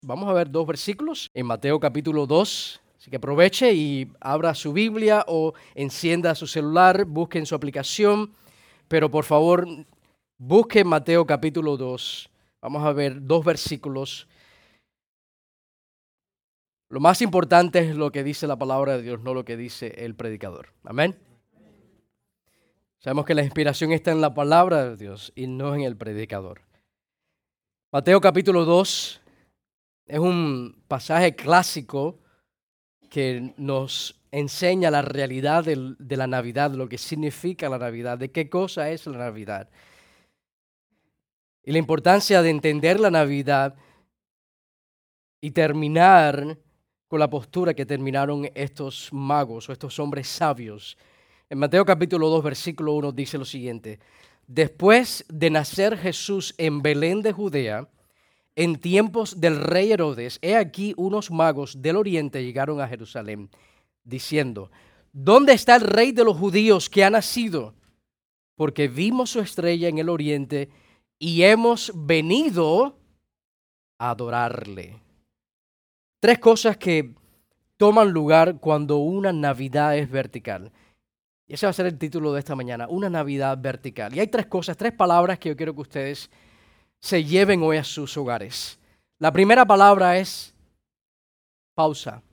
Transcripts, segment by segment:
Vamos a ver dos versículos en Mateo capítulo 2. Así que aproveche y abra su Biblia o encienda su celular, busque en su aplicación, pero por favor busque Mateo capítulo 2. Vamos a ver dos versículos. Lo más importante es lo que dice la palabra de Dios, no lo que dice el predicador. Amén. Sabemos que la inspiración está en la palabra de Dios y no en el predicador. Mateo capítulo 2 es un pasaje clásico que nos enseña la realidad de la Navidad, lo que significa la Navidad, de qué cosa es la Navidad. Y la importancia de entender la Navidad y terminar con la postura que terminaron estos magos o estos hombres sabios. En Mateo capítulo 2, versículo 1 dice lo siguiente: Después de nacer Jesús en Belén de Judea, en tiempos del rey Herodes, he aquí unos magos del oriente llegaron a Jerusalén, diciendo: ¿Dónde está el rey de los judíos que ha nacido? Porque vimos su estrella en el oriente y hemos venido a adorarle. Tres cosas que toman lugar cuando una Navidad es vertical. Y ese va a ser el título de esta mañana, una Navidad vertical. Y hay tres cosas, tres palabras que yo quiero que ustedes se lleven hoy a sus hogares. La primera palabra es pausa,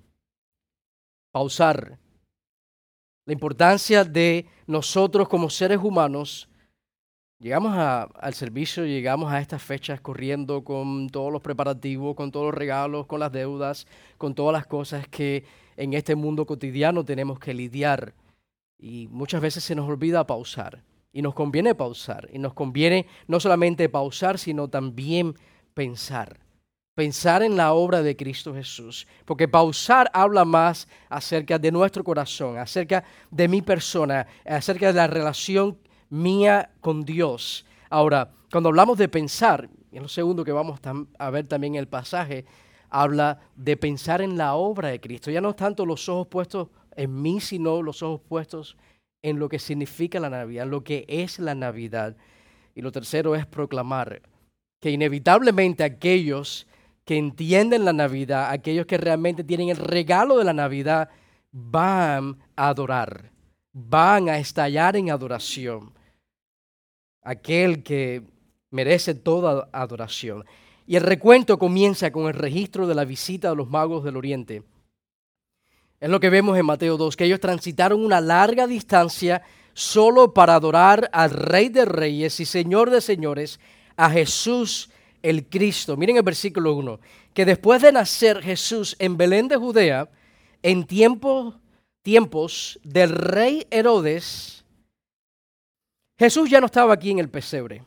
pausar. La importancia de nosotros como seres humanos. Llegamos al servicio, llegamos a estas fechas corriendo con todos los preparativos, con todos los regalos, con las deudas, con todas las cosas que en este mundo cotidiano tenemos que lidiar. Y muchas veces se nos olvida pausar. Y nos conviene pausar. Y nos conviene no solamente pausar, sino también pensar. Pensar en la obra de Cristo Jesús. Porque pausar habla más acerca de nuestro corazón, acerca de mi persona, acerca de la relación mía con Dios. Ahora, cuando hablamos de pensar, en lo segundo que vamos a ver también en el pasaje, habla de pensar en la obra de Cristo. Ya no tanto los ojos puestos en mí, sino los ojos puestos en lo que significa la Navidad, en lo que es la Navidad. Y lo tercero es proclamar que inevitablemente aquellos que entienden la Navidad, aquellos que realmente tienen el regalo de la Navidad, van a adorar, van a estallar en adoración. Aquel que merece toda adoración. Y el recuento comienza con el registro de la visita de los magos del Oriente. Es lo que vemos en Mateo 2, que ellos transitaron una larga distancia solo para adorar al Rey de Reyes y Señor de Señores, a Jesús el Cristo. Miren el versículo 1, que después de nacer Jesús en Belén de Judea, en tiempos del rey Herodes, Jesús ya no estaba aquí en el pesebre.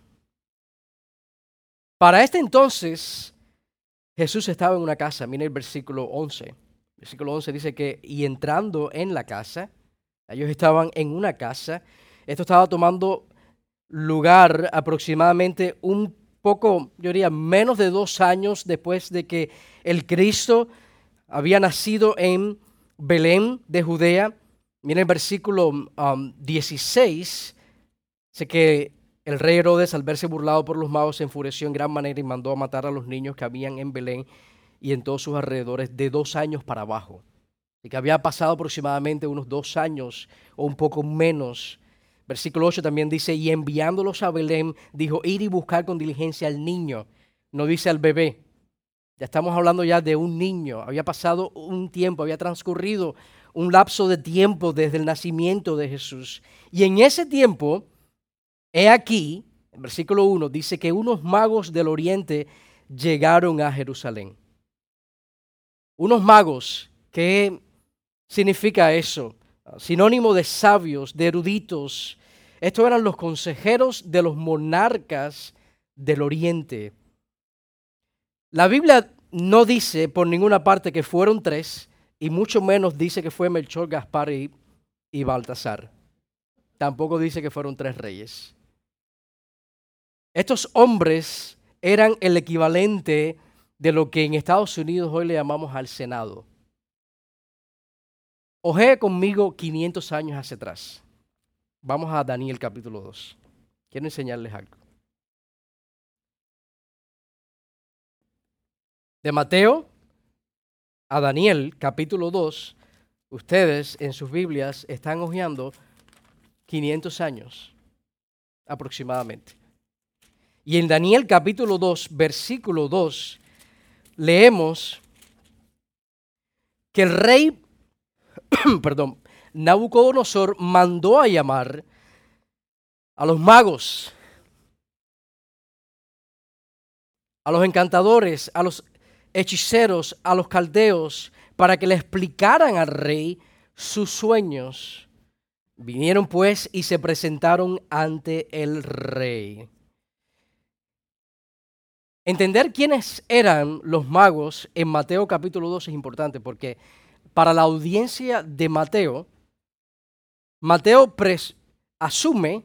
Para este entonces, Jesús estaba en una casa. Miren el versículo 11. Versículo 11 dice que, y entrando en la casa, ellos estaban en una casa. Esto estaba tomando lugar aproximadamente un poco, yo diría, menos de 2 años después de que el Cristo había nacido en Belén de Judea. Miren el versículo 16. Dice que el rey Herodes, al verse burlado por los magos, se enfureció en gran manera y mandó a matar a los niños que habían en Belén y en todos sus alrededores de 2 años para abajo. Y que había pasado aproximadamente unos 2 años o un poco menos. Versículo 8 también dice, y enviándolos a Belén, dijo, ir y buscar con diligencia al niño. No dice al bebé. Ya estamos hablando ya de un niño. Había pasado un tiempo, había transcurrido un lapso de tiempo desde el nacimiento de Jesús. Y en ese tiempo, he aquí, en versículo 1, dice que unos magos del oriente llegaron a Jerusalén. Unos magos, ¿qué significa eso? Sinónimo de sabios, de eruditos. Estos eran los consejeros de los monarcas del oriente. La Biblia no dice por ninguna parte que fueron 3, y mucho menos dice que fue Melchor, Gaspar y Baltasar. Tampoco dice que fueron 3 reyes. Estos hombres eran el equivalente de lo que en Estados Unidos hoy le llamamos al Senado. Ojee conmigo 500 años hacia atrás. Vamos a Daniel capítulo 2. Quiero enseñarles algo. De Mateo a Daniel, capítulo 2, ustedes en sus Biblias están hojeando 500 años aproximadamente. Y en Daniel capítulo 2, versículo 2, leemos que el rey, perdón, Nabucodonosor mandó a llamar a los magos, a los encantadores, a los hechiceros, a los caldeos, para que le explicaran al rey sus sueños. Vinieron pues y se presentaron ante el rey. Entender quiénes eran los magos en Mateo capítulo 2 es importante porque para la audiencia de Mateo, asume,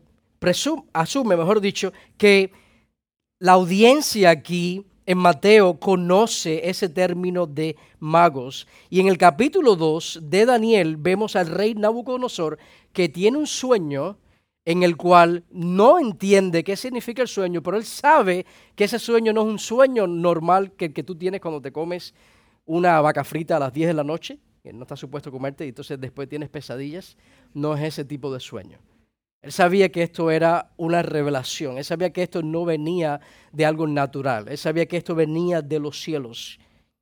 mejor dicho, que la audiencia aquí en Mateo conoce ese término de magos. Y en el capítulo 2 de Daniel vemos al rey Nabucodonosor que tiene un sueño en el cual no entiende qué significa el sueño, pero él sabe que ese sueño no es un sueño normal que el que tú tienes cuando te comes una vaca frita a las 10 de la noche, que no estás supuesto a comerte y entonces después tienes pesadillas. No es ese tipo de sueño. Él sabía que esto era una revelación, él sabía que esto no venía de algo natural, él sabía que esto venía de los cielos.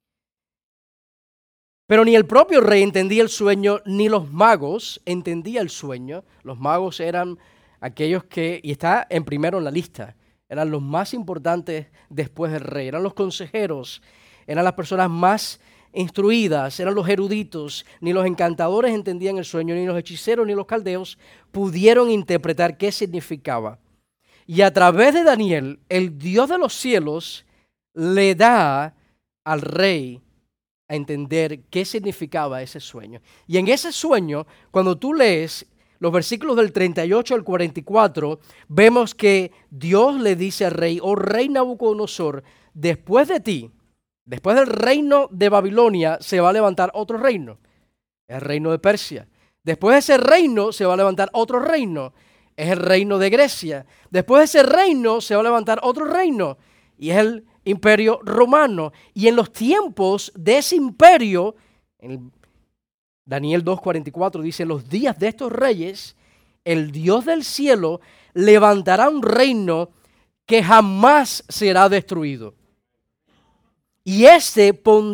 Pero ni el propio rey entendía el sueño, ni los magos entendían el sueño. Los magos eran aquellos que, y está en primero en la lista, eran los más importantes después del rey, eran los consejeros, eran las personas más instruidas, eran los eruditos. Ni los encantadores entendían el sueño, ni los hechiceros, ni los caldeos pudieron interpretar qué significaba. Y a través de Daniel, el Dios de los cielos le da al rey a entender qué significaba ese sueño. Y en ese sueño, cuando tú lees los versículos del 38 al 44, vemos que Dios le dice al rey, oh rey Nabucodonosor, después de ti, después del reino de Babilonia, se va a levantar otro reino, el reino de Persia. Después de ese reino se va a levantar otro reino, es el reino de Grecia. Después de ese reino se va a levantar otro reino, y es el imperio romano. Y en los tiempos de ese imperio, en Daniel 2:44 dice, en los días de estos reyes, el Dios del cielo levantará un reino que jamás será destruido. Y este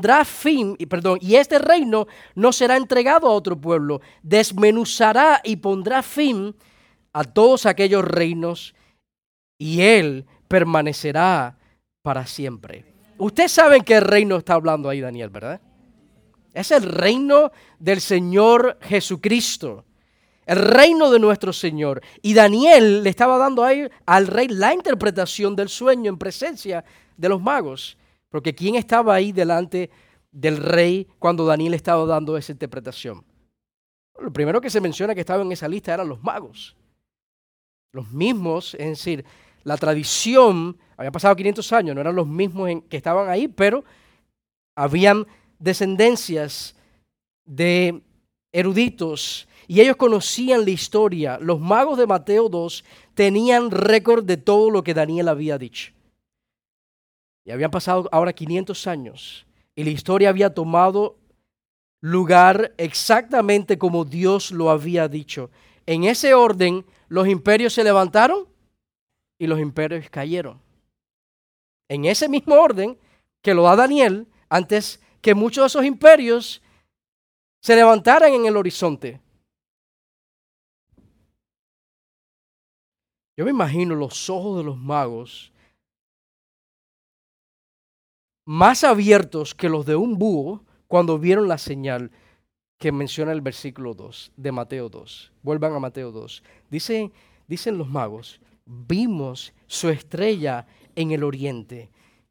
reino no será entregado a otro pueblo, desmenuzará y pondrá fin a todos aquellos reinos, y él permanecerá para siempre. Ustedes saben qué reino está hablando ahí Daniel, ¿verdad? Es el reino del Señor Jesucristo, el reino de nuestro Señor. Y Daniel le estaba dando ahí al rey la interpretación del sueño en presencia de los magos. Porque ¿quién estaba ahí delante del rey cuando Daniel estaba dando esa interpretación? Lo primero que se menciona que estaba en esa lista eran los magos. Los mismos, es decir, la tradición, había pasado 500 años, no eran los mismos que estaban ahí, pero habían descendencias de eruditos y ellos conocían la historia. Los magos de Mateo 2 tenían récord de todo lo que Daniel había dicho. Y habían pasado ahora 500 años y la historia había tomado lugar exactamente como Dios lo había dicho. En ese orden, los imperios se levantaron y los imperios cayeron. En ese mismo orden que lo da Daniel, antes que muchos de esos imperios se levantaran en el horizonte. Yo me imagino los ojos de los magos más abiertos que los de un búho cuando vieron la señal que menciona el versículo 2 de Mateo 2. Vuelvan a Mateo 2. Dicen los magos, vimos su estrella en el oriente.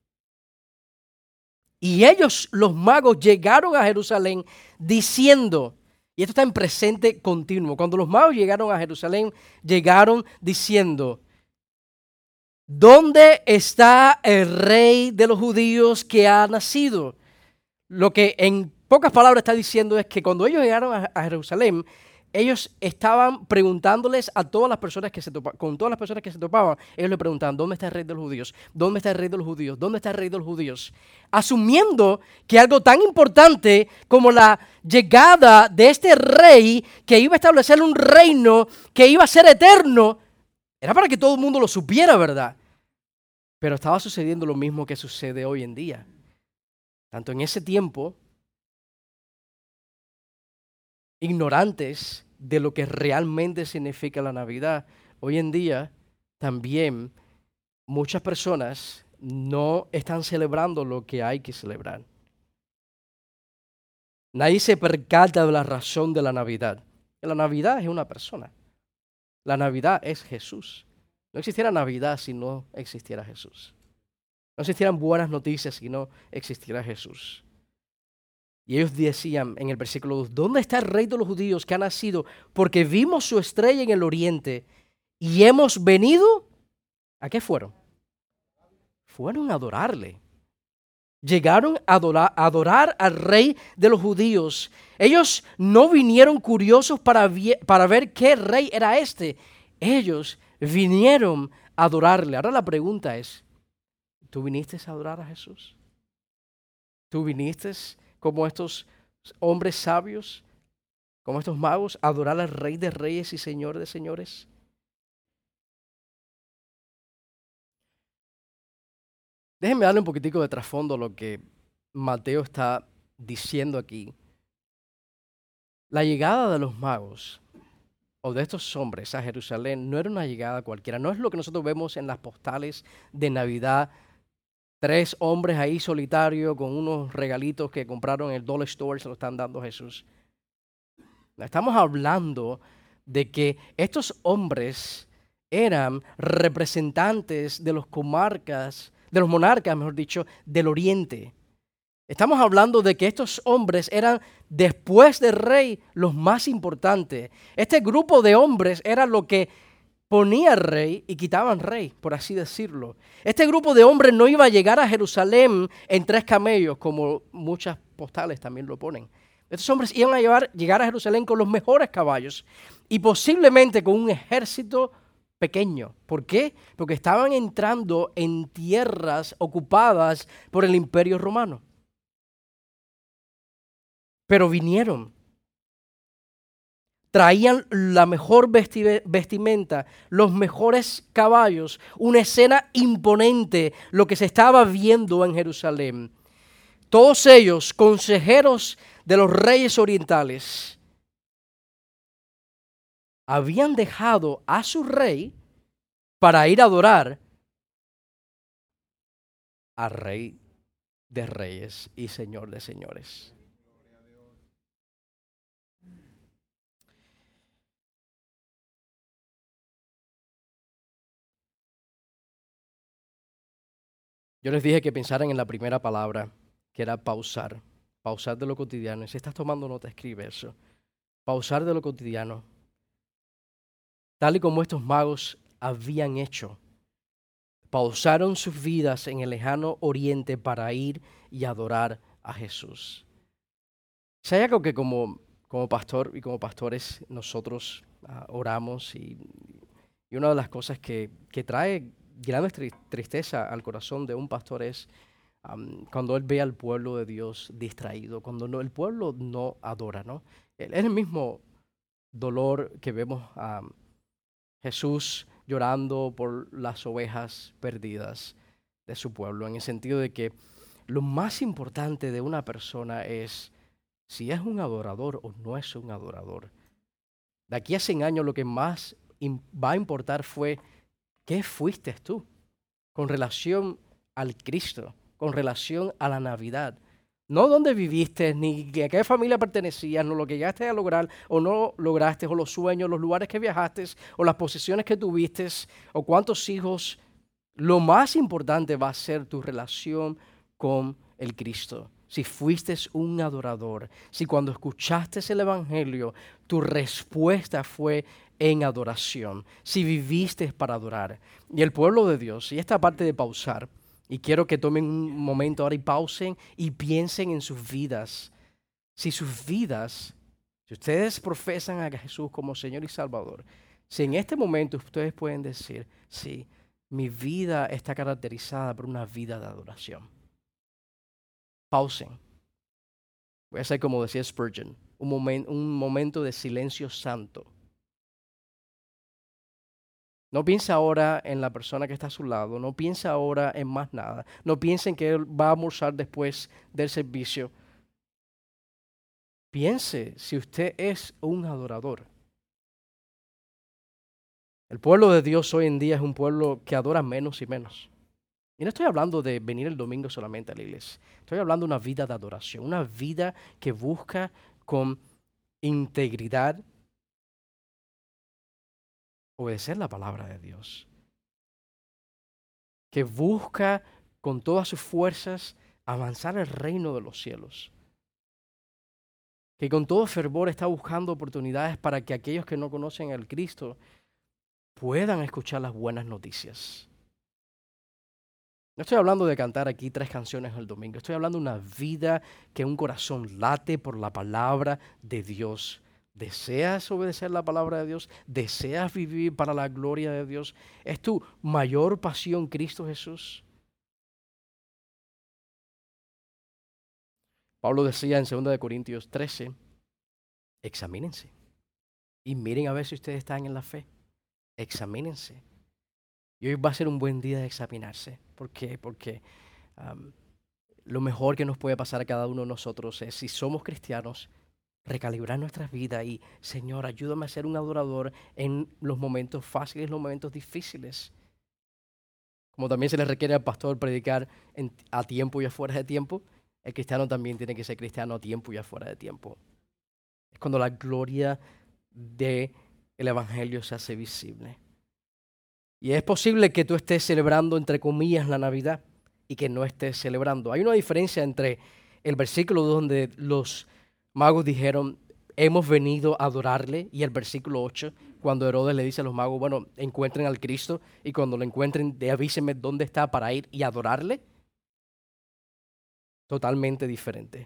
Y ellos, los magos, llegaron a Jerusalén diciendo, y esto está en presente continuo, cuando los magos llegaron a Jerusalén, llegaron diciendo, ¿dónde está el rey de los judíos que ha nacido? Lo que en pocas palabras está diciendo es que cuando ellos llegaron a Jerusalén, ellos estaban preguntándoles a todas las personas que se topaban, con todas las personas que se topaban, ellos le preguntaban, ¿dónde está el rey de los judíos? ¿Dónde está el rey de los judíos? ¿Dónde está el rey de los judíos? Asumiendo que algo tan importante como la llegada de este rey que iba a establecer un reino que iba a ser eterno, era para que todo el mundo lo supiera, ¿verdad? Pero estaba sucediendo lo mismo que sucede hoy en día. Tanto en ese tiempo, ignorantes de lo que realmente significa la Navidad. Hoy en día también muchas personas no están celebrando lo que hay que celebrar. Nadie se percata de la razón de la Navidad. La Navidad es una persona. La Navidad es Jesús. No existiera Navidad si no existiera Jesús. No existieran buenas noticias si no existiera Jesús. Y ellos decían en el versículo 2, ¿dónde está el rey de los judíos que ha nacido? Porque vimos su estrella en el oriente y hemos venido, ¿a qué fueron? Fueron a adorarle. Llegaron a adorar al rey de los judíos. Ellos no vinieron curiosos para ver qué rey era este. Ellos vinieron a adorarle. Ahora la pregunta es, ¿tú viniste a adorar a Jesús? ¿Tú viniste como estos hombres sabios, como estos magos, a adorar al Rey de Reyes y Señor de Señores? Déjenme darle un poquitico de trasfondo a lo que Mateo está diciendo aquí. La llegada de los magos o de estos hombres a Jerusalén no era una llegada cualquiera. No es lo que nosotros vemos en las postales de Navidad. 3 hombres ahí solitarios con unos regalitos que compraron en el Dollar Store, se lo están dando a Jesús. Estamos hablando de que estos hombres eran representantes de los monarcas, mejor dicho, del oriente. Estamos hablando de que estos hombres eran, después del rey, los más importantes. Este grupo de hombres era lo que ponía rey y quitaban rey, por así decirlo. Este grupo de hombres no iba a llegar a Jerusalén en 3 camellos, como muchas postales también lo ponen. Estos hombres iban a llegar a Jerusalén con los mejores caballos y posiblemente con un ejército pequeño. ¿Por qué? Porque estaban entrando en tierras ocupadas por el Imperio Romano. Pero vinieron. Traían la mejor vestimenta, los mejores caballos, una escena imponente, lo que se estaba viendo en Jerusalén. Todos ellos, consejeros de los reyes orientales, habían dejado a su rey para ir a adorar al Rey de Reyes y Señor de Señores. Yo les dije que pensaran en la primera palabra, que era pausar. Pausar de lo cotidiano. Si estás tomando nota, escribe eso. Pausar de lo cotidiano. Tal y como estos magos habían hecho. Pausaron sus vidas en el lejano oriente para ir y adorar a Jesús. Si hay algo que como pastor y como pastores nosotros oramos y una de las cosas que trae grande tristeza al corazón de un pastor es cuando él ve al pueblo de Dios distraído, cuando el pueblo no adora, ¿no? Es el mismo dolor que vemos a Jesús llorando por las ovejas perdidas de su pueblo, en el sentido de que lo más importante de una persona es si es un adorador o no es un adorador. De aquí a 100 años lo que más va a importar fue qué fuiste tú con relación al Cristo, con relación a la Navidad. No dónde viviste, ni a qué familia pertenecías, no lo que llegaste a lograr o no lograste, o los sueños, los lugares que viajaste, o las posesiones que tuviste, o cuántos hijos. Lo más importante va a ser tu relación con el Cristo. Si fuiste un adorador, si cuando escuchaste el Evangelio, tu respuesta fue en adoración, si viviste para adorar. Y el pueblo de Dios, y esta parte de pausar, y quiero que tomen un momento ahora y pausen y piensen en sus vidas. Si sus vidas Si ustedes profesan a Jesús como Señor y Salvador, si en este momento ustedes pueden decir, sí, mi vida está caracterizada por una vida de adoración. Pausen. Voy a hacer como decía Spurgeon, un momento de silencio santo. No piensa ahora en la persona que está a su lado, no piensa ahora en más nada, no piensen que él va a almorzar después del servicio. Piense si usted es un adorador. El pueblo de Dios hoy en día es un pueblo que adora menos y menos. Y no estoy hablando de venir el domingo solamente a la iglesia. Estoy hablando de una vida de adoración, una vida que busca con integridad obedecer la palabra de Dios. Que busca con todas sus fuerzas avanzar el reino de los cielos. Que con todo fervor está buscando oportunidades para que aquellos que no conocen al Cristo puedan escuchar las buenas noticias. No estoy hablando de cantar aquí 3 canciones el domingo. Estoy hablando de una vida que un corazón late por la palabra de Dios. ¿Deseas obedecer la palabra de Dios? ¿Deseas vivir para la gloria de Dios? ¿Es tu mayor pasión Cristo Jesús? Pablo decía en 2 Corintios 13, examínense y miren a ver si ustedes están en la fe. Examínense. Y hoy va a ser un buen día de examinarse. ¿Por qué? Porque lo mejor que nos puede pasar a cada uno de nosotros es, si somos cristianos, recalibrar nuestras vidas y, Señor, ayúdame a ser un adorador en los momentos fáciles, en los momentos difíciles. Como también se le requiere al pastor predicar a tiempo y afuera de tiempo, el cristiano también tiene que ser cristiano a tiempo y afuera de tiempo. Es cuando la gloria del evangelio se hace visible. Y es posible que tú estés celebrando, entre comillas, la Navidad y que no estés celebrando. Hay una diferencia entre el versículo donde los magos dijeron, hemos venido a adorarle, y el versículo 8, cuando Herodes le dice a los magos, bueno, encuentren al Cristo, y cuando lo encuentren, avísenme dónde está para ir y adorarle. Totalmente diferente.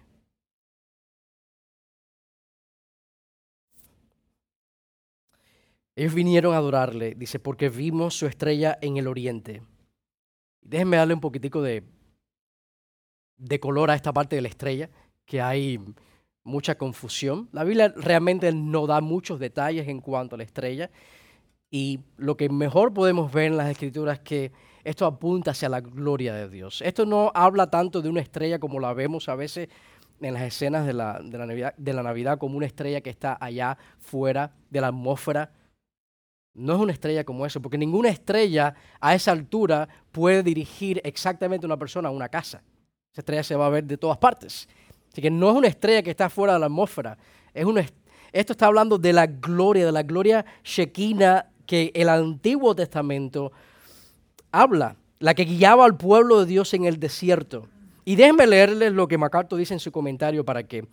Ellos vinieron a adorarle, dice, porque vimos su estrella en el oriente. Déjenme darle un poquitico de color a esta parte de la estrella, que hay mucha confusión. La Biblia realmente no da muchos detalles en cuanto a la estrella, y lo que mejor podemos ver en las Escrituras es que esto apunta hacia la gloria de Dios. Esto no habla tanto de una estrella como la vemos a veces en las escenas de la Navidad, como una estrella que está allá fuera de la atmósfera. No es una estrella como eso, porque ninguna estrella a esa altura puede dirigir exactamente a una persona a una casa. Esa estrella se va a ver de todas partes. Así que no es una estrella que está fuera de la atmósfera. Esto está hablando de la gloria Shekinah que el Antiguo Testamento habla, la que guiaba al pueblo de Dios en el desierto. Y déjenme leerles lo que MacArthur dice en su comentario para que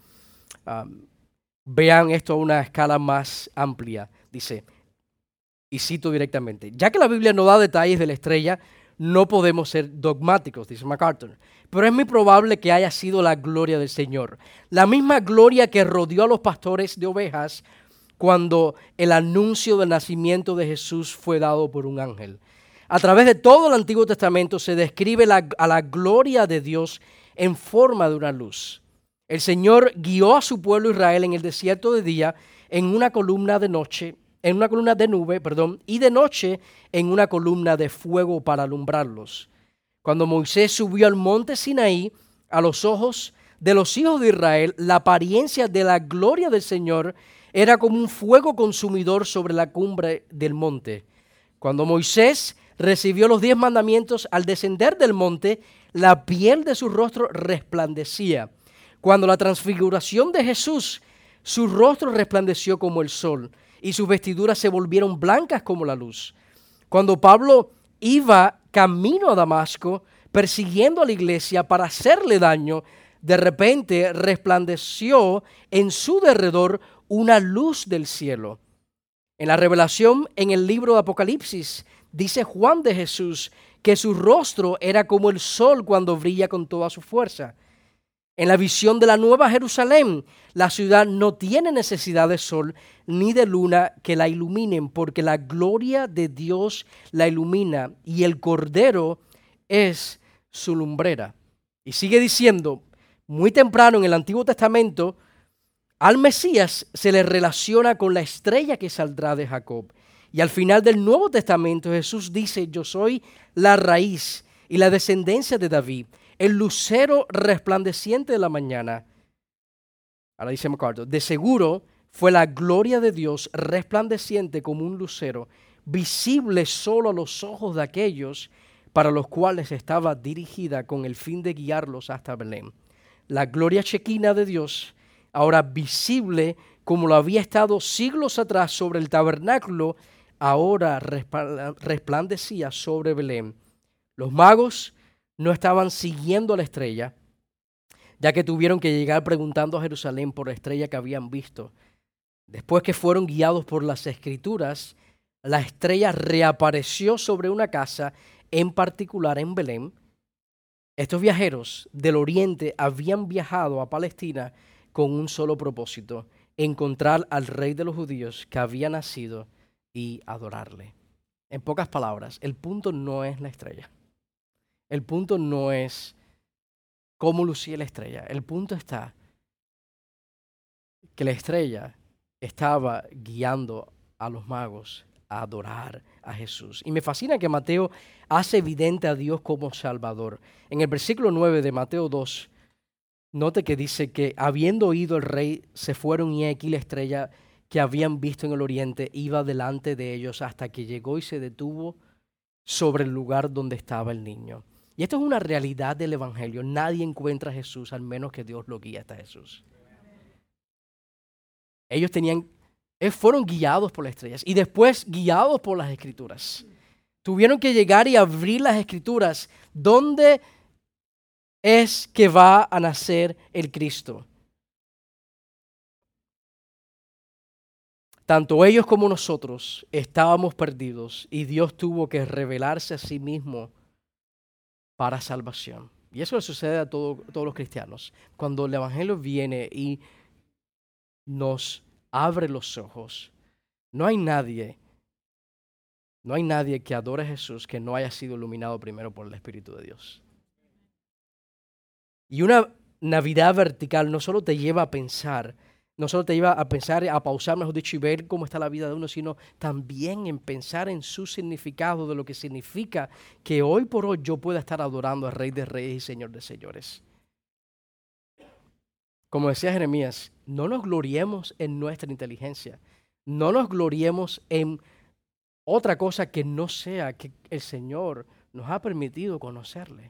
vean esto a una escala más amplia. Dice, y cito directamente, ya que la Biblia no da detalles de la estrella, no podemos ser dogmáticos, dice MacArthur, pero es muy probable que haya sido la gloria del Señor, la misma gloria que rodeó a los pastores de ovejas cuando el anuncio del nacimiento de Jesús fue dado por un ángel. A través de todo el Antiguo Testamento se describe a la gloria de Dios en forma de una luz. El Señor guió a su pueblo Israel en el desierto de día en una columna de noche, en una columna de nube, y de noche en una columna de fuego para alumbrarlos. Cuando Moisés subió al monte Sinaí, a los ojos de los hijos de Israel, la apariencia de la gloria del Señor era como un fuego consumidor sobre la cumbre del monte. Cuando Moisés recibió los 10 mandamientos, al descender del monte, la piel de su rostro resplandecía. Cuando la transfiguración de Jesús, su rostro resplandeció como el sol y sus vestiduras se volvieron blancas como la luz. Cuando Pablo iba camino a Damasco, persiguiendo a la iglesia para hacerle daño, de repente resplandeció en su derredor una luz del cielo. En la revelación en el libro de Apocalipsis, dice Juan de Jesús que su rostro era como el sol cuando brilla con toda su fuerza. En la visión de la Nueva Jerusalén, la ciudad no tiene necesidad de sol ni de luna que la iluminen, porque la gloria de Dios la ilumina y el Cordero es su lumbrera. Y sigue diciendo, muy temprano en el Antiguo Testamento, al Mesías se le relaciona con la estrella que saldrá de Jacob. Y al final del Nuevo Testamento Jesús dice, yo soy la raíz y la descendencia de David, el lucero resplandeciente de la mañana. Ahora dice MacArthur, de seguro fue la gloria de Dios resplandeciente como un lucero, visible solo a los ojos de aquellos para los cuales estaba dirigida con el fin de guiarlos hasta Belén. La gloria chequina de Dios, ahora visible como lo había estado siglos atrás sobre el tabernáculo, ahora resplandecía sobre Belén. Los magos no estaban siguiendo la estrella, ya que tuvieron que llegar preguntando a Jerusalén por la estrella que habían visto. Después que fueron guiados por las Escrituras, la estrella reapareció sobre una casa, en particular en Belén. Estos viajeros del oriente habían viajado a Palestina con un solo propósito: encontrar al rey de los judíos que había nacido y adorarle. En pocas palabras, el punto no es la estrella. El punto no es cómo lucía la estrella. El punto está que la estrella estaba guiando a los magos a adorar a Jesús. Y me fascina que Mateo hace evidente a Dios como Salvador. En el versículo 9 de Mateo 2, note que dice que habiendo oído el rey, se fueron y aquí la estrella que habían visto en el oriente iba delante de ellos hasta que llegó y se detuvo sobre el lugar donde estaba el niño. Y esto es una realidad del Evangelio. Nadie encuentra a Jesús al menos que Dios lo guíe hasta Jesús. Ellos fueron guiados por las estrellas y después guiados por las Escrituras. Tuvieron que llegar y abrir las Escrituras. ¿Dónde es que va a nacer el Cristo? Tanto ellos como nosotros estábamos perdidos y Dios tuvo que revelarse a sí mismo para salvación. Y eso le sucede a todos los cristianos. Cuando el Evangelio viene y nos abre los ojos, no hay nadie que adore a Jesús que no haya sido iluminado primero por el Espíritu de Dios. Y una Navidad vertical no solo te lleva a pensar, a pausar, mejor dicho, y ver cómo está la vida de uno, sino también en pensar en su significado, de lo que significa que hoy por hoy yo pueda estar adorando al Rey de Reyes y Señor de Señores. Como decía Jeremías, no nos gloriemos en nuestra inteligencia, no nos gloriemos en otra cosa que no sea que el Señor nos ha permitido conocerle.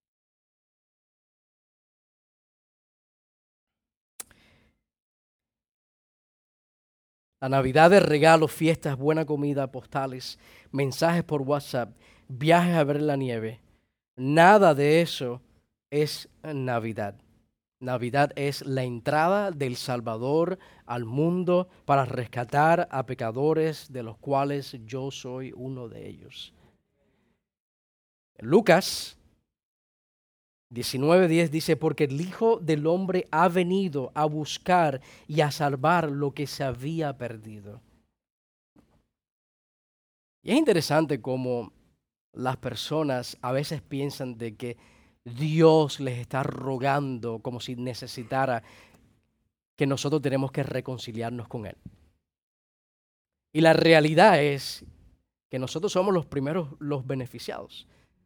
La Navidad de regalos, fiestas, buena comida, postales, mensajes por WhatsApp, viajes a ver la nieve. Nada de eso es Navidad. Navidad es la entrada del Salvador al mundo para rescatar a pecadores, de los cuales yo soy uno de ellos. Lucas 19:10 dice, porque el Hijo del Hombre ha venido a buscar y a salvar lo que se había perdido. Y es interesante cómo las personas a veces piensan de que Dios les está rogando como si necesitara que nosotros tenemos que reconciliarnos con Él. Y la realidad es que nosotros somos los primeros, los beneficiados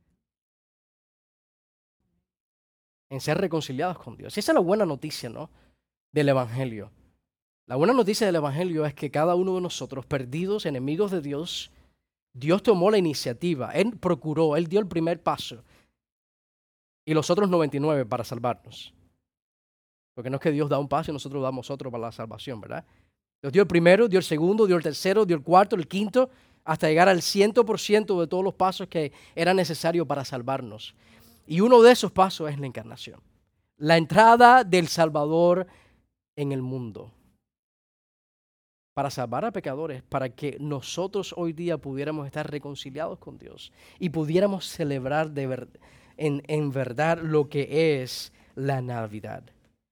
en ser reconciliados con Dios. Y esa es la buena noticia, ¿no?, del Evangelio. La buena noticia del Evangelio es que cada uno de nosotros, perdidos, enemigos de Dios, Dios tomó la iniciativa, Él procuró, Él dio el primer paso y los otros 99 para salvarnos. Porque no es que Dios da un paso y nosotros damos otro para la salvación, ¿verdad? Dios dio el primero, dio el segundo, dio el tercero, dio el cuarto, el quinto, hasta llegar al 100% de todos los pasos que eran necesarios para salvarnos. Y uno de esos pasos es la encarnación. La entrada del Salvador en el mundo. Para salvar a pecadores, para que nosotros hoy día pudiéramos estar reconciliados con Dios y pudiéramos celebrar en verdad lo que es la Navidad.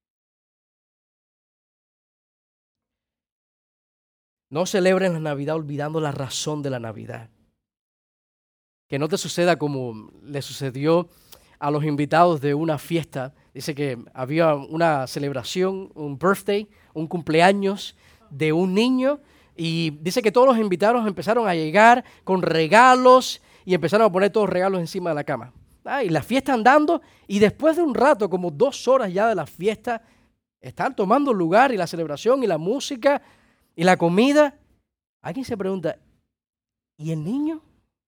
No celebren la Navidad olvidando la razón de la Navidad. Que no te suceda como le sucedió a los invitados de una fiesta. Dice que había una celebración, un birthday, un cumpleaños de un niño, y dice que todos los invitados empezaron a llegar con regalos y empezaron a poner todos los regalos encima de la cama. Y la fiesta andando, y después de un rato, como 2 horas ya de la fiesta, están tomando lugar y la celebración y la música y la comida. Alguien se pregunta, ¿y el niño?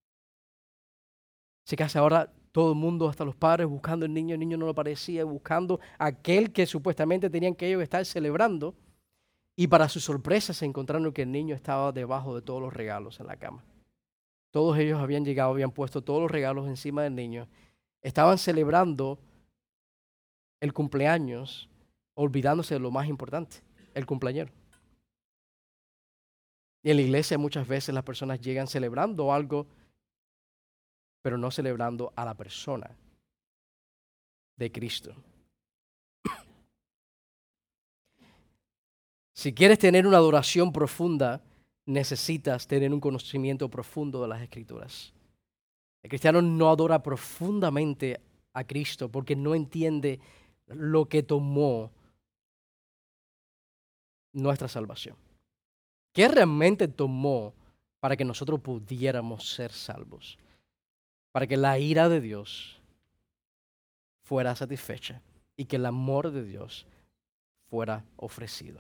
Se casa ahora todo el mundo, hasta los padres, buscando el niño no lo parecía, buscando aquel que supuestamente tenían que ellos estar celebrando, y para su sorpresa se encontraron que el niño estaba debajo de todos los regalos en la cama. Todos ellos habían llegado, habían puesto todos los regalos encima del niño, estaban celebrando el cumpleaños, olvidándose de lo más importante, el cumpleañero. Y en la iglesia muchas veces las personas llegan celebrando algo, pero no celebrando a la persona de Cristo. Si quieres tener una adoración profunda, necesitas tener un conocimiento profundo de las Escrituras. El cristiano no adora profundamente a Cristo porque no entiende lo que tomó nuestra salvación. ¿Qué realmente tomó para que nosotros pudiéramos ser salvos? Para que la ira de Dios fuera satisfecha y que el amor de Dios fuera ofrecido.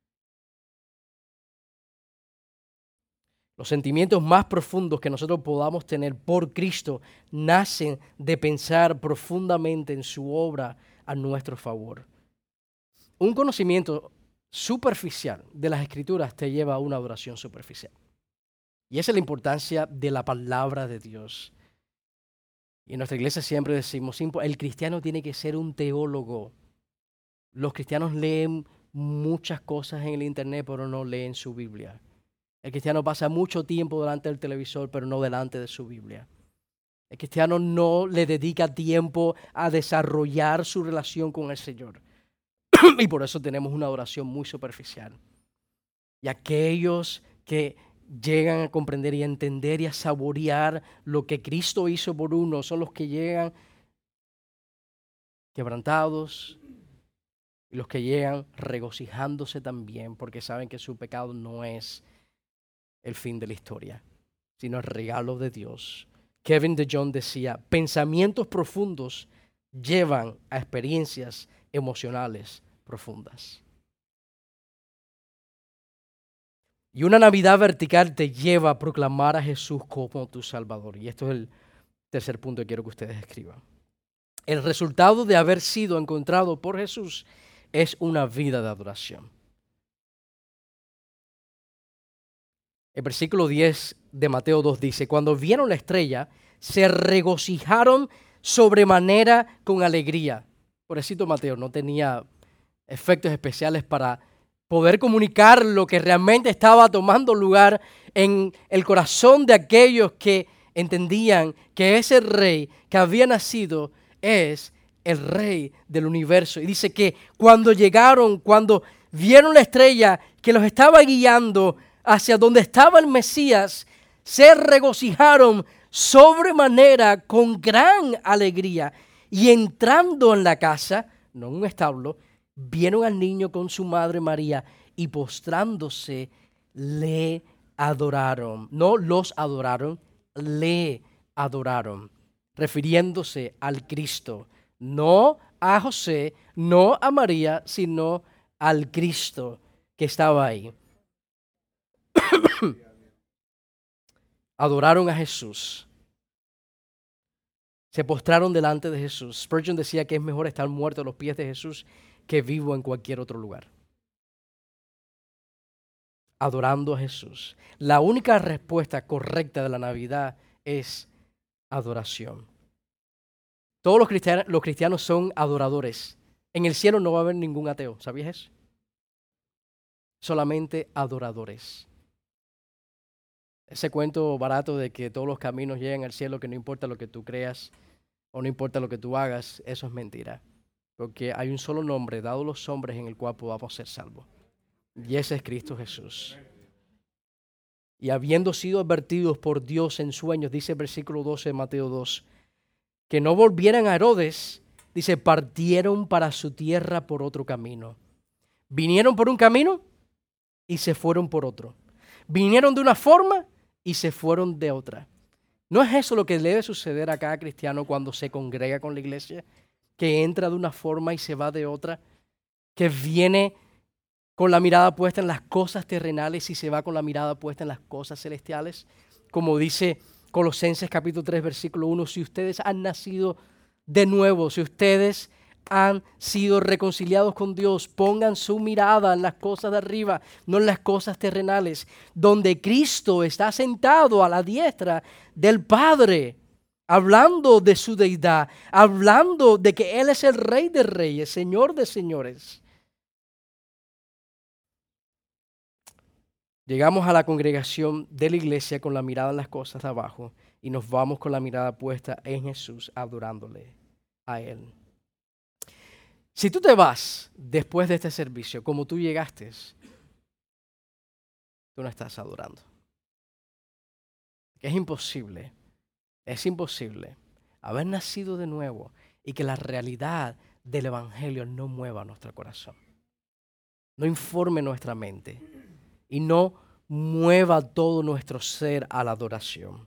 Los sentimientos más profundos que nosotros podamos tener por Cristo nacen de pensar profundamente en su obra a nuestro favor. Un conocimiento superficial de las Escrituras te lleva a una adoración superficial. Y esa es la importancia de la palabra de Dios. Y en nuestra iglesia siempre decimos, el cristiano tiene que ser un teólogo. Los cristianos leen muchas cosas en el internet, pero no leen su Biblia. El cristiano pasa mucho tiempo delante del televisor, pero no delante de su Biblia. El cristiano no le dedica tiempo a desarrollar su relación con el Señor. Y por eso tenemos una adoración muy superficial. Y aquellos que llegan a comprender y a entender y a saborear lo que Cristo hizo por uno son los que llegan quebrantados y los que llegan regocijándose también porque saben que su pecado no es el fin de la historia, sino el regalo de Dios. Kevin DeJohn decía, pensamientos profundos llevan a experiencias emocionales profundas. Y una Navidad vertical te lleva a proclamar a Jesús como tu Salvador. Y esto es el tercer punto que quiero que ustedes escriban. El resultado de haber sido encontrado por Jesús es una vida de adoración. El versículo 10 de Mateo 2 dice, cuando vieron la estrella, se regocijaron sobremanera con alegría. Pobrecito Mateo, no tenía efectos especiales para poder comunicar lo que realmente estaba tomando lugar en el corazón de aquellos que entendían que ese rey que había nacido es el rey del universo. Y dice que cuando llegaron, cuando vieron la estrella que los estaba guiando hacia donde estaba el Mesías, se regocijaron sobremanera con gran alegría. Y entrando en la casa, no en un establo, vieron al niño con su madre María y postrándose le adoraron. No los adoraron, le adoraron, refiriéndose al Cristo. No a José, no a María, sino al Cristo que estaba ahí. Adoraron a Jesús. Se postraron delante de Jesús. Spurgeon decía que es mejor estar muerto a los pies de Jesús que vivo en cualquier otro lugar. Adorando a Jesús. La única respuesta correcta de la Navidad es adoración. Todos los cristianos son adoradores. En el cielo no va a haber ningún ateo, ¿sabías eso? Solamente adoradores. Ese cuento barato de que todos los caminos llegan al cielo, que no importa lo que tú creas o no importa lo que tú hagas, eso es mentira. porque hay un solo nombre dado a los hombres en el cual podamos ser salvos. Y ese es Cristo Jesús. Y habiendo sido advertidos por Dios en sueños, dice el versículo 12 de Mateo 2, que no volvieran a Herodes, dice, partieron para su tierra por otro camino. Vinieron por un camino y se fueron por otro. Vinieron de una forma y se fueron de otra. ¿No es eso lo que debe suceder a cada cristiano cuando se congrega con la iglesia? Que entra de una forma y se va de otra, que viene con la mirada puesta en las cosas terrenales y se va con la mirada puesta en las cosas celestiales. Como dice Colosenses capítulo 3, versículo 1, si ustedes han nacido de nuevo, si ustedes han sido reconciliados con Dios, pongan su mirada en las cosas de arriba, no en las cosas terrenales, donde Cristo está sentado a la diestra del Padre, hablando de su deidad, hablando de que Él es el Rey de Reyes, Señor de Señores. Llegamos a la congregación de la iglesia con la mirada en las cosas de abajo y nos vamos con la mirada puesta en Jesús, adorándole a Él. Si tú te vas después de este servicio como tú llegaste, tú no estás adorando. Es imposible haber nacido de nuevo y que la realidad del Evangelio no mueva nuestro corazón, no informe nuestra mente y no mueva todo nuestro ser a la adoración.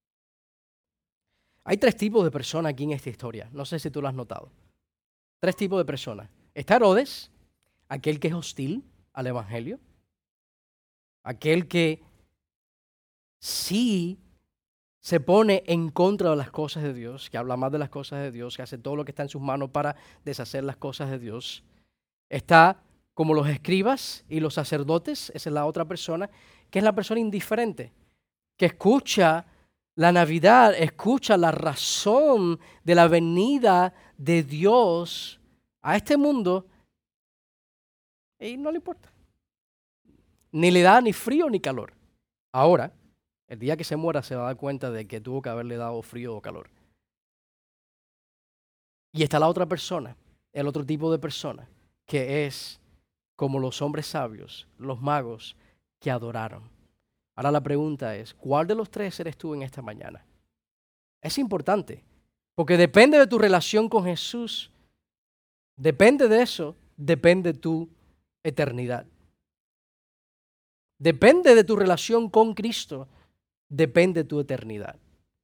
Hay 3 tipos de personas aquí en esta historia. No sé si tú lo has notado. 3 tipos de personas. Está Herodes, aquel que es hostil al Evangelio, aquel que sí se pone en contra de las cosas de Dios, que habla más de las cosas de Dios, que hace todo lo que está en sus manos para deshacer las cosas de Dios. Está como los escribas y los sacerdotes, esa es la otra persona, que es la persona indiferente, que escucha la Navidad, escucha la razón de la venida de Dios a este mundo y no le importa. Ni le da ni frío ni calor. Ahora, el día que se muera se va a dar cuenta de que tuvo que haberle dado frío o calor. Y está la otra persona, el otro tipo de persona, que es como los hombres sabios, los magos que adoraron. Ahora la pregunta es, ¿cuál de los 3 eres tú en esta mañana? Es importante, porque depende de tu relación con Jesús, depende de eso, depende tu eternidad. Depende de tu relación con Cristo, depende tu eternidad.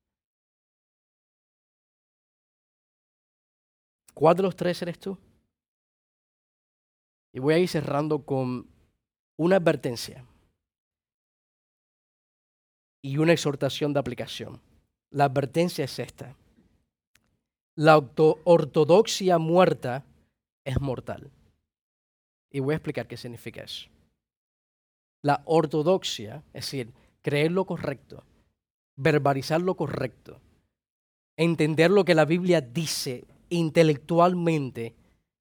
¿Cuál de los 3 eres tú? Y voy a ir cerrando con una advertencia y una exhortación de aplicación. La advertencia es esta. La ortodoxia muerta es mortal. Y voy a explicar qué significa eso. La ortodoxia, es decir, creer lo correcto, verbalizar lo correcto, entender lo que la Biblia dice intelectualmente,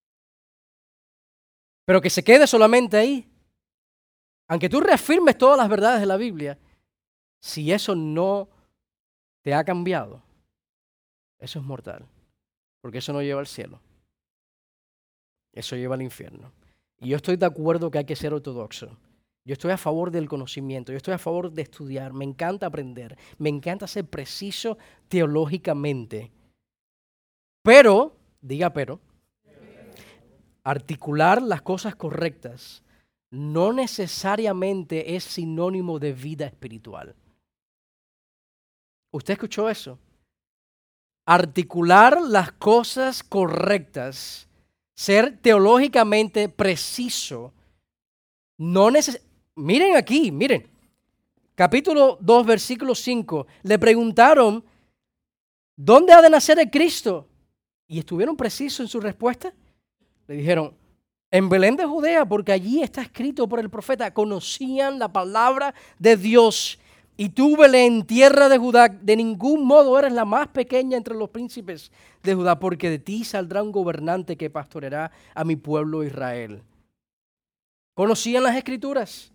pero que se quede solamente ahí. Aunque tú reafirmes todas las verdades de la Biblia, si eso no te ha cambiado, eso es mortal, porque eso no lleva al cielo, eso lleva al infierno. Y yo estoy de acuerdo que hay que ser ortodoxo. Yo estoy a favor del conocimiento, yo estoy a favor de estudiar, me encanta aprender, me encanta ser preciso teológicamente. Pero, diga pero, articular las cosas correctas no necesariamente es sinónimo de vida espiritual. ¿Usted escuchó eso? Articular las cosas correctas, ser teológicamente preciso, no miren aquí, miren. Capítulo 2, versículo 5. Le preguntaron, ¿dónde ha de nacer el Cristo? Y estuvieron precisos en su respuesta. Le dijeron, en Belén de Judea, porque allí está escrito por el profeta. Conocían la palabra de Dios. Y tú, Belén, tierra de Judá, de ningún modo eres la más pequeña entre los príncipes de Judá, porque de ti saldrá un gobernante que pastoreará a mi pueblo Israel. ¿Conocían las Escrituras?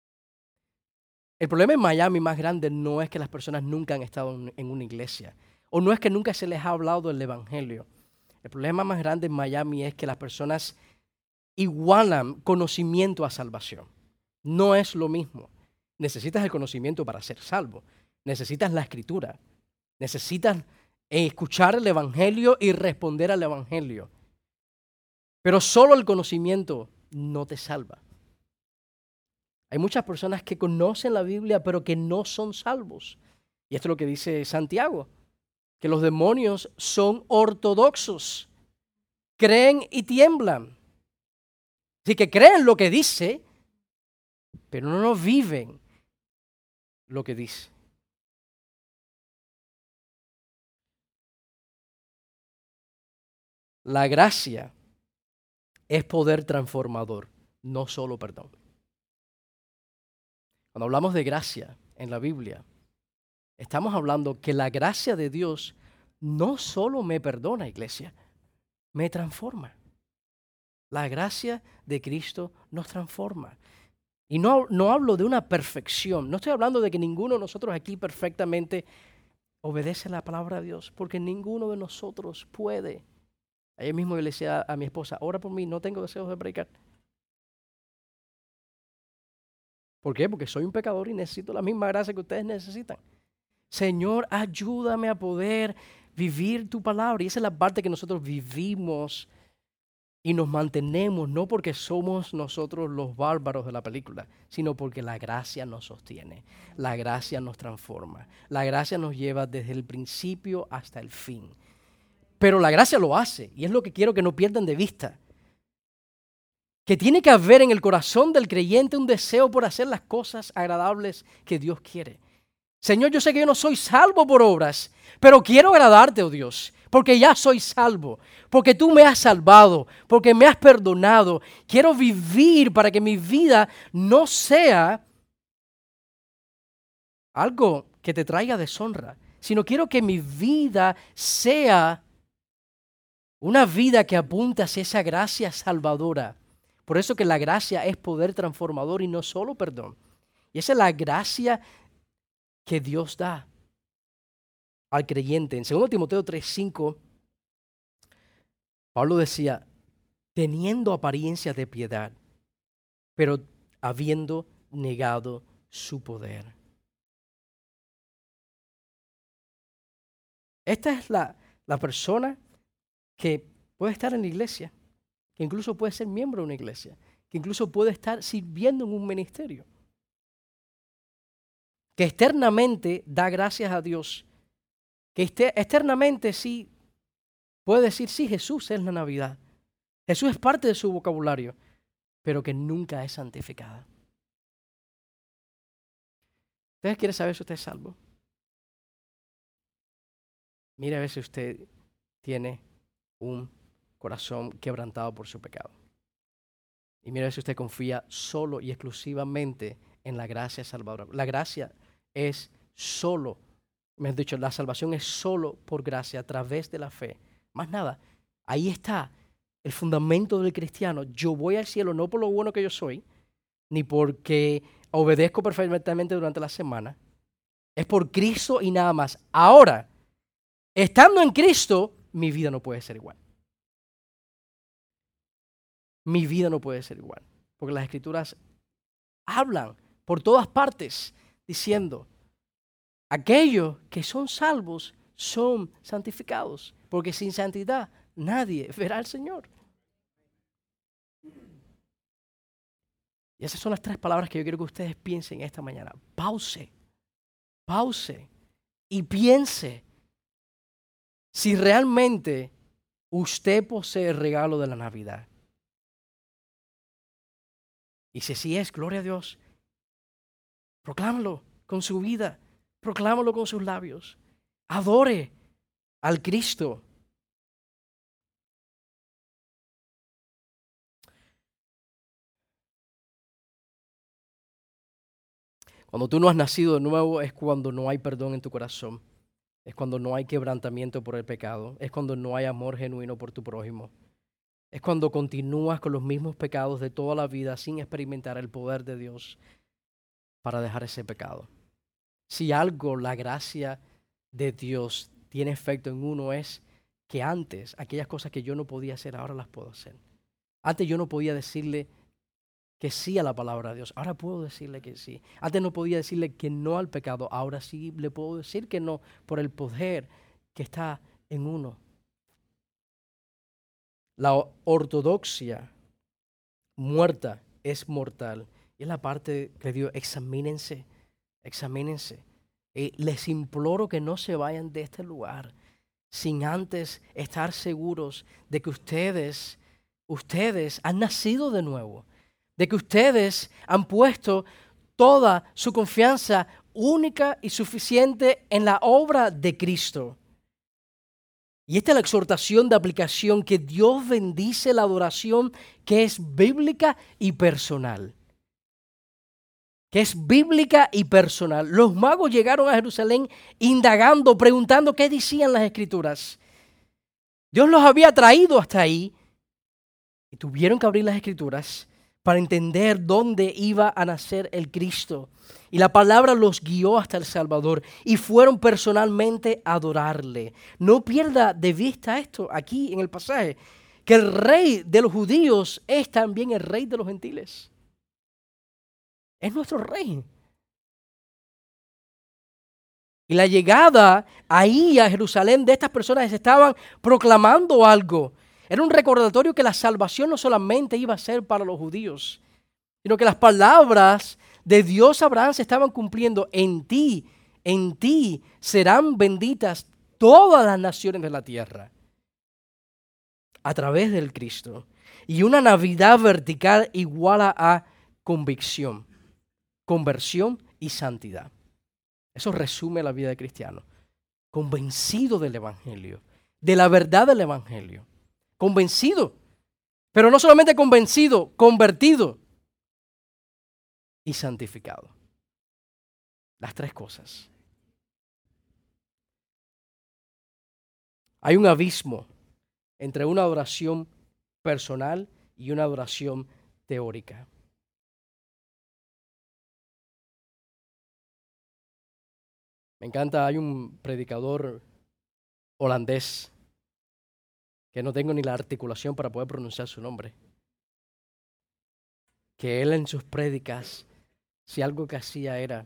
El problema en Miami más grande no es que las personas nunca han estado en una iglesia o no es que nunca se les ha hablado del evangelio. El problema más grande en Miami es que las personas igualan conocimiento a salvación. No es lo mismo. Necesitas el conocimiento para ser salvo. Necesitas la escritura. Necesitas escuchar el evangelio y responder al evangelio. Pero solo el conocimiento no te salva. Hay muchas personas que conocen la Biblia pero que no son salvos. Y esto es lo que dice Santiago, que los demonios son ortodoxos, creen y tiemblan. Así que creen lo que dice, pero no viven lo que dice. La gracia es poder transformador, no solo perdón. Cuando hablamos de gracia en la Biblia, estamos hablando que la gracia de Dios no solo me perdona, iglesia, me transforma. La gracia de Cristo nos transforma. Y no hablo de una perfección. No estoy hablando de que ninguno de nosotros aquí perfectamente obedece la palabra de Dios, porque ninguno de nosotros puede. Ayer mismo yo le decía a mi esposa, ora por mí, no tengo deseos de predicar. ¿Por qué? Porque soy un pecador y necesito la misma gracia que ustedes necesitan. Señor, ayúdame a poder vivir tu palabra. Y esa es la parte que nosotros vivimos y nos mantenemos, no porque somos nosotros los bárbaros de la película, sino porque la gracia nos sostiene, la gracia nos transforma, la gracia nos lleva desde el principio hasta el fin. Pero la gracia lo hace, y es lo que quiero que no pierdan de vista. Que tiene que haber en el corazón del creyente un deseo por hacer las cosas agradables que Dios quiere. Señor, yo sé que yo no soy salvo por obras, pero quiero agradarte, oh Dios, porque ya soy salvo, porque tú me has salvado, porque me has perdonado. Quiero vivir para que mi vida no sea algo que te traiga deshonra, sino quiero que mi vida sea una vida que apunta hacia esa gracia salvadora. Por eso que la gracia es poder transformador y no solo perdón. Y esa es la gracia que Dios da al creyente. En 2 Timoteo 3:5, Pablo decía, teniendo apariencia de piedad, pero habiendo negado su poder. Esta es la persona que puede estar en la iglesia, que incluso puede ser miembro de una iglesia, que incluso puede estar sirviendo en un ministerio, que externamente da gracias a Dios, que externamente sí puede decir, sí, Jesús es la Navidad, Jesús es parte de su vocabulario, pero que nunca es santificada. ¿Ustedes quieren saber si usted es salvo? Mire a ver si usted tiene un corazón quebrantado por su pecado. Y mire a ver si usted confía solo y exclusivamente en la gracia salvadora. La gracia es solo, me has dicho, la salvación es solo por gracia, a través de la fe. Más nada, ahí está el fundamento del cristiano. Yo voy al cielo no por lo bueno que yo soy, ni porque obedezco perfectamente durante la semana. Es por Cristo y nada más. Ahora, estando en Cristo, mi vida no puede ser igual. Mi vida no puede ser igual. Porque las Escrituras hablan por todas partes diciendo, aquellos que son salvos son santificados. Porque sin santidad nadie verá al Señor. Y esas son las 3 palabras que yo quiero que ustedes piensen esta mañana. Pause y piense si realmente usted posee el regalo de la Navidad. Y si así es, gloria a Dios, proclámalo con su vida, proclámalo con sus labios. Adore al Cristo. Cuando tú no has nacido de nuevo es cuando no hay perdón en tu corazón. Es cuando no hay quebrantamiento por el pecado. Es cuando no hay amor genuino por tu prójimo. Es cuando continúas con los mismos pecados de toda la vida sin experimentar el poder de Dios para dejar ese pecado. Si algo la gracia de Dios tiene efecto en uno es que antes, aquellas cosas que yo no podía hacer, ahora las puedo hacer. Antes yo no podía decirle que sí a la palabra de Dios, ahora puedo decirle que sí. Antes no podía decirle que no al pecado, ahora sí le puedo decir que no por el poder que está en uno. La ortodoxia muerta es mortal. Y es la parte que digo, examínense. Les imploro que no se vayan de este lugar sin antes estar seguros de que ustedes han nacido de nuevo, de que ustedes han puesto toda su confianza única y suficiente en la obra de Cristo. Y esta es la exhortación de aplicación, que Dios bendice la adoración que es bíblica y personal. Los magos llegaron a Jerusalén indagando, preguntando qué decían las Escrituras. Dios los había traído hasta ahí y tuvieron que abrir las Escrituras para entender dónde iba a nacer el Cristo. Y la palabra los guió hasta el Salvador y fueron personalmente a adorarle. No pierda de vista esto aquí en el pasaje, que el rey de los judíos es también el rey de los gentiles. Es nuestro rey. Y la llegada ahí a Jerusalén de estas personas estaban proclamando algo. Era un recordatorio que la salvación no solamente iba a ser para los judíos, sino que las palabras de Dios a Abraham se estaban cumpliendo. En ti serán benditas todas las naciones de la tierra a través del Cristo. Y una Navidad vertical iguala a convicción, conversión y santidad. Eso resume la vida de cristiano. Convencido del Evangelio, de la verdad del Evangelio. Convencido, pero no solamente convencido, convertido y santificado. Las tres cosas. Hay un abismo entre una adoración personal y una adoración teórica. Me encanta, hay un predicador holandés que no tengo ni la articulación para poder pronunciar su nombre, que él en sus prédicas, si algo que hacía era,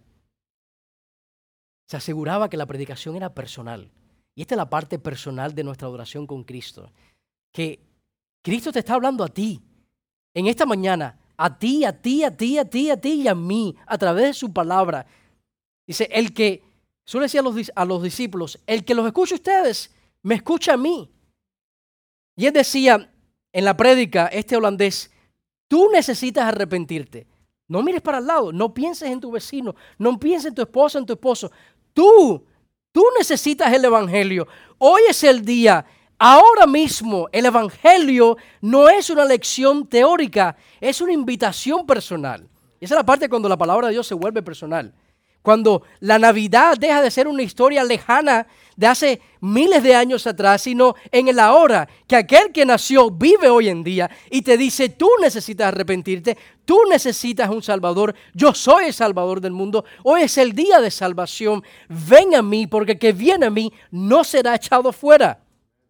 se aseguraba que la predicación era personal. Y esta es la parte personal de nuestra adoración con Cristo, que Cristo te está hablando a ti, en esta mañana, a ti y a mí, a través de su palabra. Dice, el que, suele decir a los discípulos, el que los escucha a ustedes, me escucha a mí. Y él decía en la prédica, este holandés, tú necesitas arrepentirte. No mires para el lado, no pienses en tu vecino, no pienses en tu esposa, en tu esposo. Tú necesitas el Evangelio. Hoy es el día, ahora mismo. El Evangelio no es una lección teórica, es una invitación personal. Y esa es la parte cuando la palabra de Dios se vuelve personal. Cuando la Navidad deja de ser una historia lejana de hace miles de años atrás, sino en el ahora, que aquel que nació vive hoy en día y te dice, tú necesitas arrepentirte, tú necesitas un Salvador, yo soy el Salvador del mundo, hoy es el día de salvación, ven a mí, porque el que viene a mí no será echado fuera.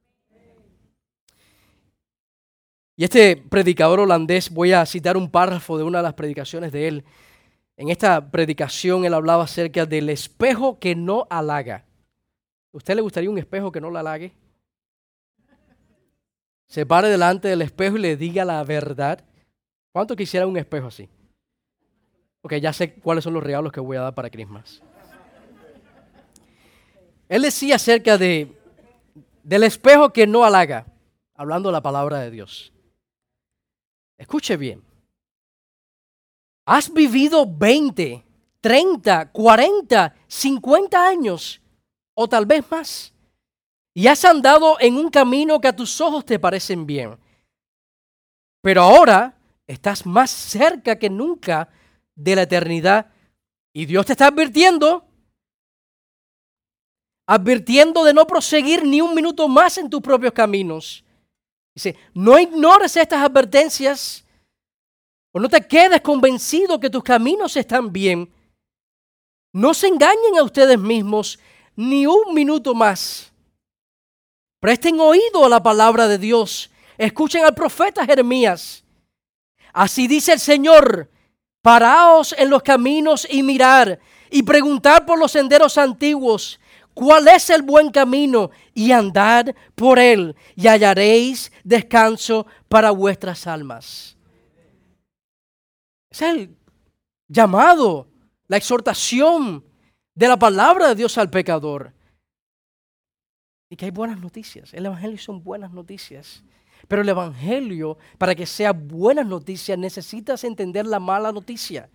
Y este predicador holandés, voy a citar un párrafo de una de las predicaciones de él. En esta predicación él hablaba acerca del espejo que no halaga. ¿Usted le gustaría un espejo que no le halague? Se pare delante del espejo y le diga la verdad. ¿Cuánto quisiera un espejo así? Ok, ya sé cuáles son los regalos que voy a dar para Christmas. Él decía acerca del espejo que no halaga, hablando de la palabra de Dios. Escuche bien. Has vivido 20, 30, 40, 50 años o tal vez más y has andado en un camino que a tus ojos te parecen bien. Pero ahora estás más cerca que nunca de la eternidad y Dios te está advirtiendo de no proseguir ni un minuto más en tus propios caminos. Dice, no ignores estas advertencias. O no te quedes convencido que tus caminos están bien. No se engañen a ustedes mismos ni un minuto más. Presten oído a la palabra de Dios. Escuchen al profeta Jeremías. Así dice el Señor: paraos en los caminos y mirar, y preguntad por los senderos antiguos, cuál es el buen camino, y andad por él, y hallaréis descanso para vuestras almas. Ese es el llamado, la exhortación de la palabra de Dios al pecador. Y que hay buenas noticias. El evangelio son buenas noticias. Pero el evangelio, para que sea buenas noticias, necesitas entender la mala noticia.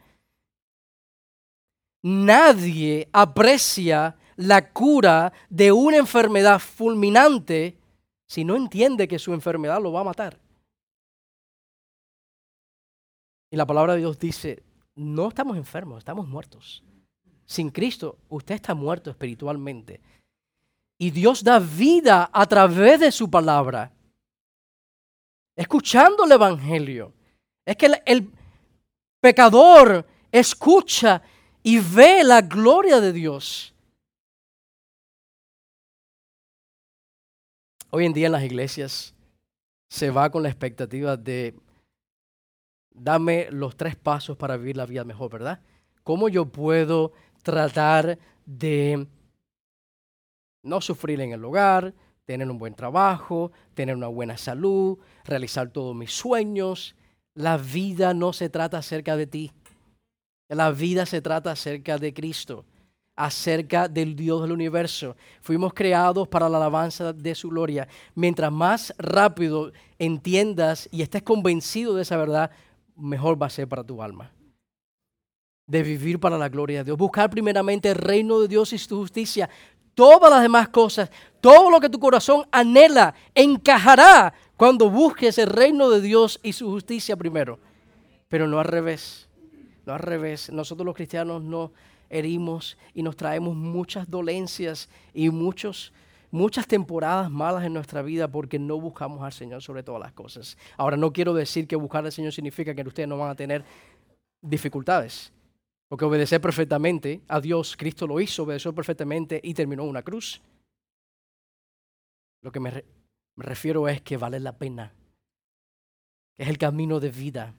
Nadie aprecia la cura de una enfermedad fulminante si no entiende que su enfermedad lo va a matar. Y la palabra de Dios dice, no estamos enfermos, estamos muertos. Sin Cristo, usted está muerto espiritualmente. Y Dios da vida a través de su palabra. Escuchando el evangelio. Es que el pecador escucha y ve la gloria de Dios. Hoy en día en las iglesias se va con la expectativa de dame los 3 pasos para vivir la vida mejor, ¿verdad? ¿Cómo yo puedo tratar de no sufrir en el hogar, tener un buen trabajo, tener una buena salud, realizar todos mis sueños? La vida no se trata acerca de ti. La vida se trata acerca de Cristo, acerca del Dios del universo. Fuimos creados para la alabanza de su gloria. Mientras más rápido entiendas y estés convencido de esa verdad, mejor va a ser para tu alma. De vivir para la gloria de Dios. Buscar primeramente el reino de Dios y su justicia. Todas las demás cosas, todo lo que tu corazón anhela, encajará cuando busques el reino de Dios y su justicia primero. Pero no al revés. No al revés. Nosotros los cristianos nos herimos y nos traemos muchas dolencias y muchas temporadas malas en nuestra vida porque no buscamos al Señor sobre todas las cosas. Ahora, no quiero decir que buscar al Señor significa que ustedes no van a tener dificultades. Porque obedecer perfectamente a Dios, Cristo lo hizo, obedeció perfectamente y terminó en una cruz. Lo que me refiero es que vale la pena, que es el camino de vida.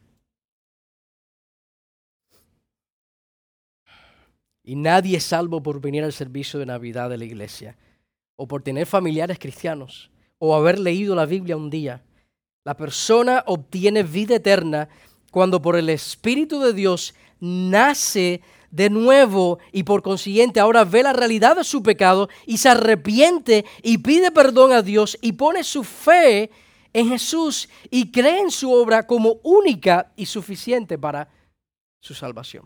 Y nadie es salvo por venir al servicio de Navidad de la iglesia, o por tener familiares cristianos, o haber leído la Biblia un día. La persona obtiene vida eterna cuando por el Espíritu de Dios nace de nuevo y por consiguiente ahora ve la realidad de su pecado y se arrepiente y pide perdón a Dios y pone su fe en Jesús y cree en su obra como única y suficiente para su salvación.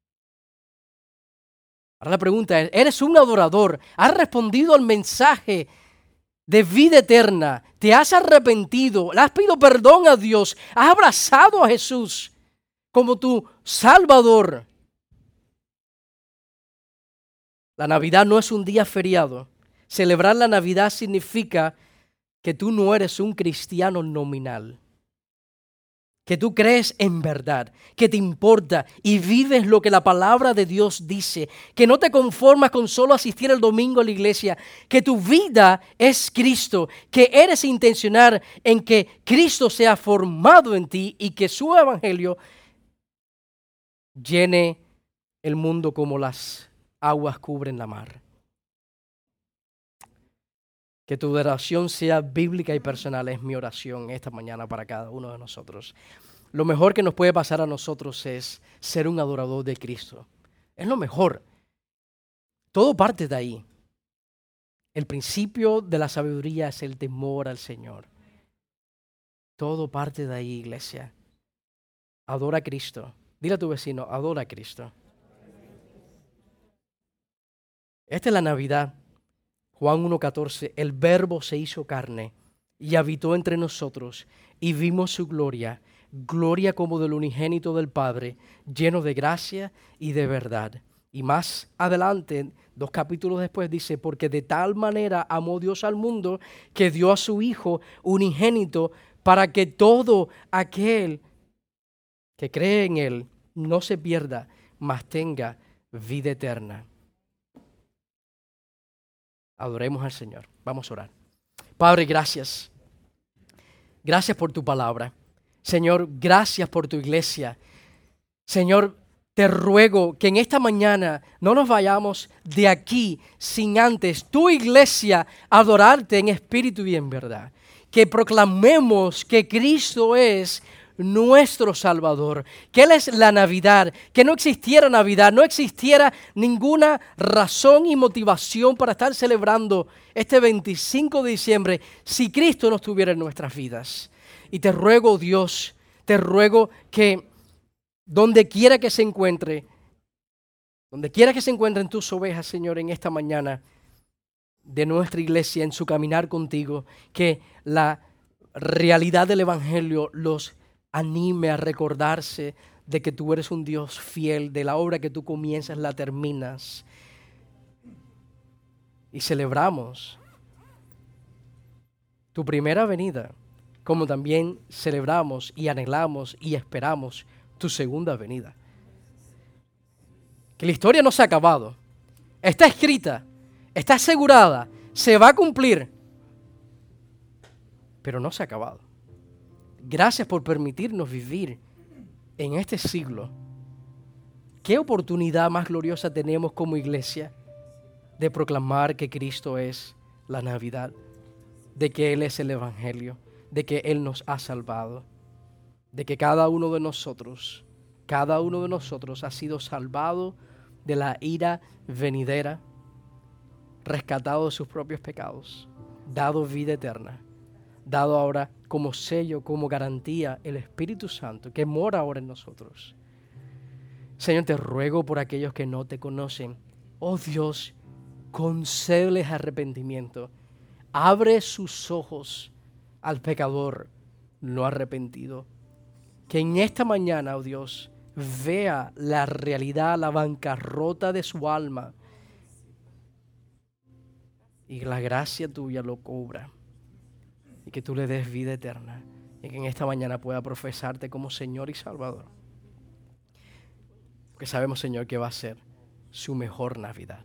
Ahora la pregunta es, ¿eres un adorador? ¿Has respondido al mensaje de vida eterna? ¿Te has arrepentido? ¿Le has pedido perdón a Dios? ¿Has abrazado a Jesús como tu Salvador? La Navidad no es un día feriado. Celebrar la Navidad significa que tú no eres un cristiano nominal. Que tú crees en verdad, que te importa y vives lo que la palabra de Dios dice, que no te conformas con solo asistir el domingo a la iglesia, que tu vida es Cristo, que eres intencional en que Cristo sea formado en ti y que su evangelio llene el mundo como las aguas cubren la mar. Que tu oración sea bíblica y personal es mi oración esta mañana para cada uno de nosotros. Lo mejor que nos puede pasar a nosotros es ser un adorador de Cristo. Es lo mejor. Todo parte de ahí. El principio de la sabiduría es el temor al Señor. Todo parte de ahí, iglesia. Adora a Cristo. Dile a tu vecino, adora a Cristo. Esta es la Navidad. Juan 1:14, el Verbo se hizo carne y habitó entre nosotros y vimos su gloria, gloria como del unigénito del Padre, lleno de gracia y de verdad. Y más adelante, 2 capítulos después, dice, porque de tal manera amó Dios al mundo que dio a su Hijo unigénito para que todo aquel que cree en Él no se pierda, mas tenga vida eterna. Adoremos al Señor. Vamos a orar. Padre, gracias. Gracias por tu palabra. Señor, gracias por tu iglesia. Señor, te ruego que en esta mañana no nos vayamos de aquí sin antes tu iglesia adorarte en espíritu y en verdad. Que proclamemos que Cristo es nuestro Salvador, que Él es la Navidad, que no existiera Navidad, no existiera ninguna razón y motivación para estar celebrando este 25 de diciembre si Cristo no estuviera en nuestras vidas. Y te ruego, Dios, te ruego que donde quiera que se encuentren tus ovejas, Señor, en esta mañana de nuestra iglesia, en su caminar contigo, que la realidad del Evangelio los anime a recordarse de que tú eres un Dios fiel, de la obra que tú comienzas, la terminas. Y celebramos tu primera venida, como también celebramos y anhelamos y esperamos tu segunda venida. Que la historia no se ha acabado. Está escrita, está asegurada, se va a cumplir, pero no se ha acabado. Gracias por permitirnos vivir en este siglo. ¿Qué oportunidad más gloriosa tenemos como iglesia de proclamar que Cristo es la Navidad, de que Él es el Evangelio, de que Él nos ha salvado, de que cada uno de nosotros ha sido salvado de la ira venidera, rescatado de sus propios pecados, dado vida eterna, dado ahora como sello, como garantía el Espíritu Santo que mora ahora en nosotros. Señor, te ruego por aquellos que no te conocen. Oh Dios, concédeles arrepentimiento. Abre sus ojos al pecador no arrepentido. Que en esta mañana, oh Dios, vea la realidad, la bancarrota de su alma y la gracia tuya lo cubra y que tú le des vida eterna y que en esta mañana pueda profesarte como Señor y Salvador. Porque sabemos, Señor, que va a ser su mejor Navidad.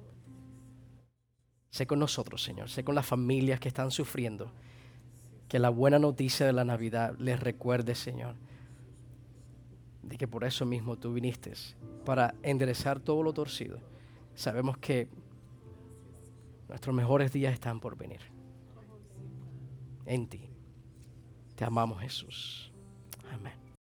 Sé con nosotros, Señor, sé con las familias que están sufriendo, que la buena noticia de la Navidad les recuerde, Señor, de que por eso mismo tú viniste, para enderezar todo lo torcido. Sabemos que nuestros mejores días están por venir. En ti. Te amamos, Jesús. Amén.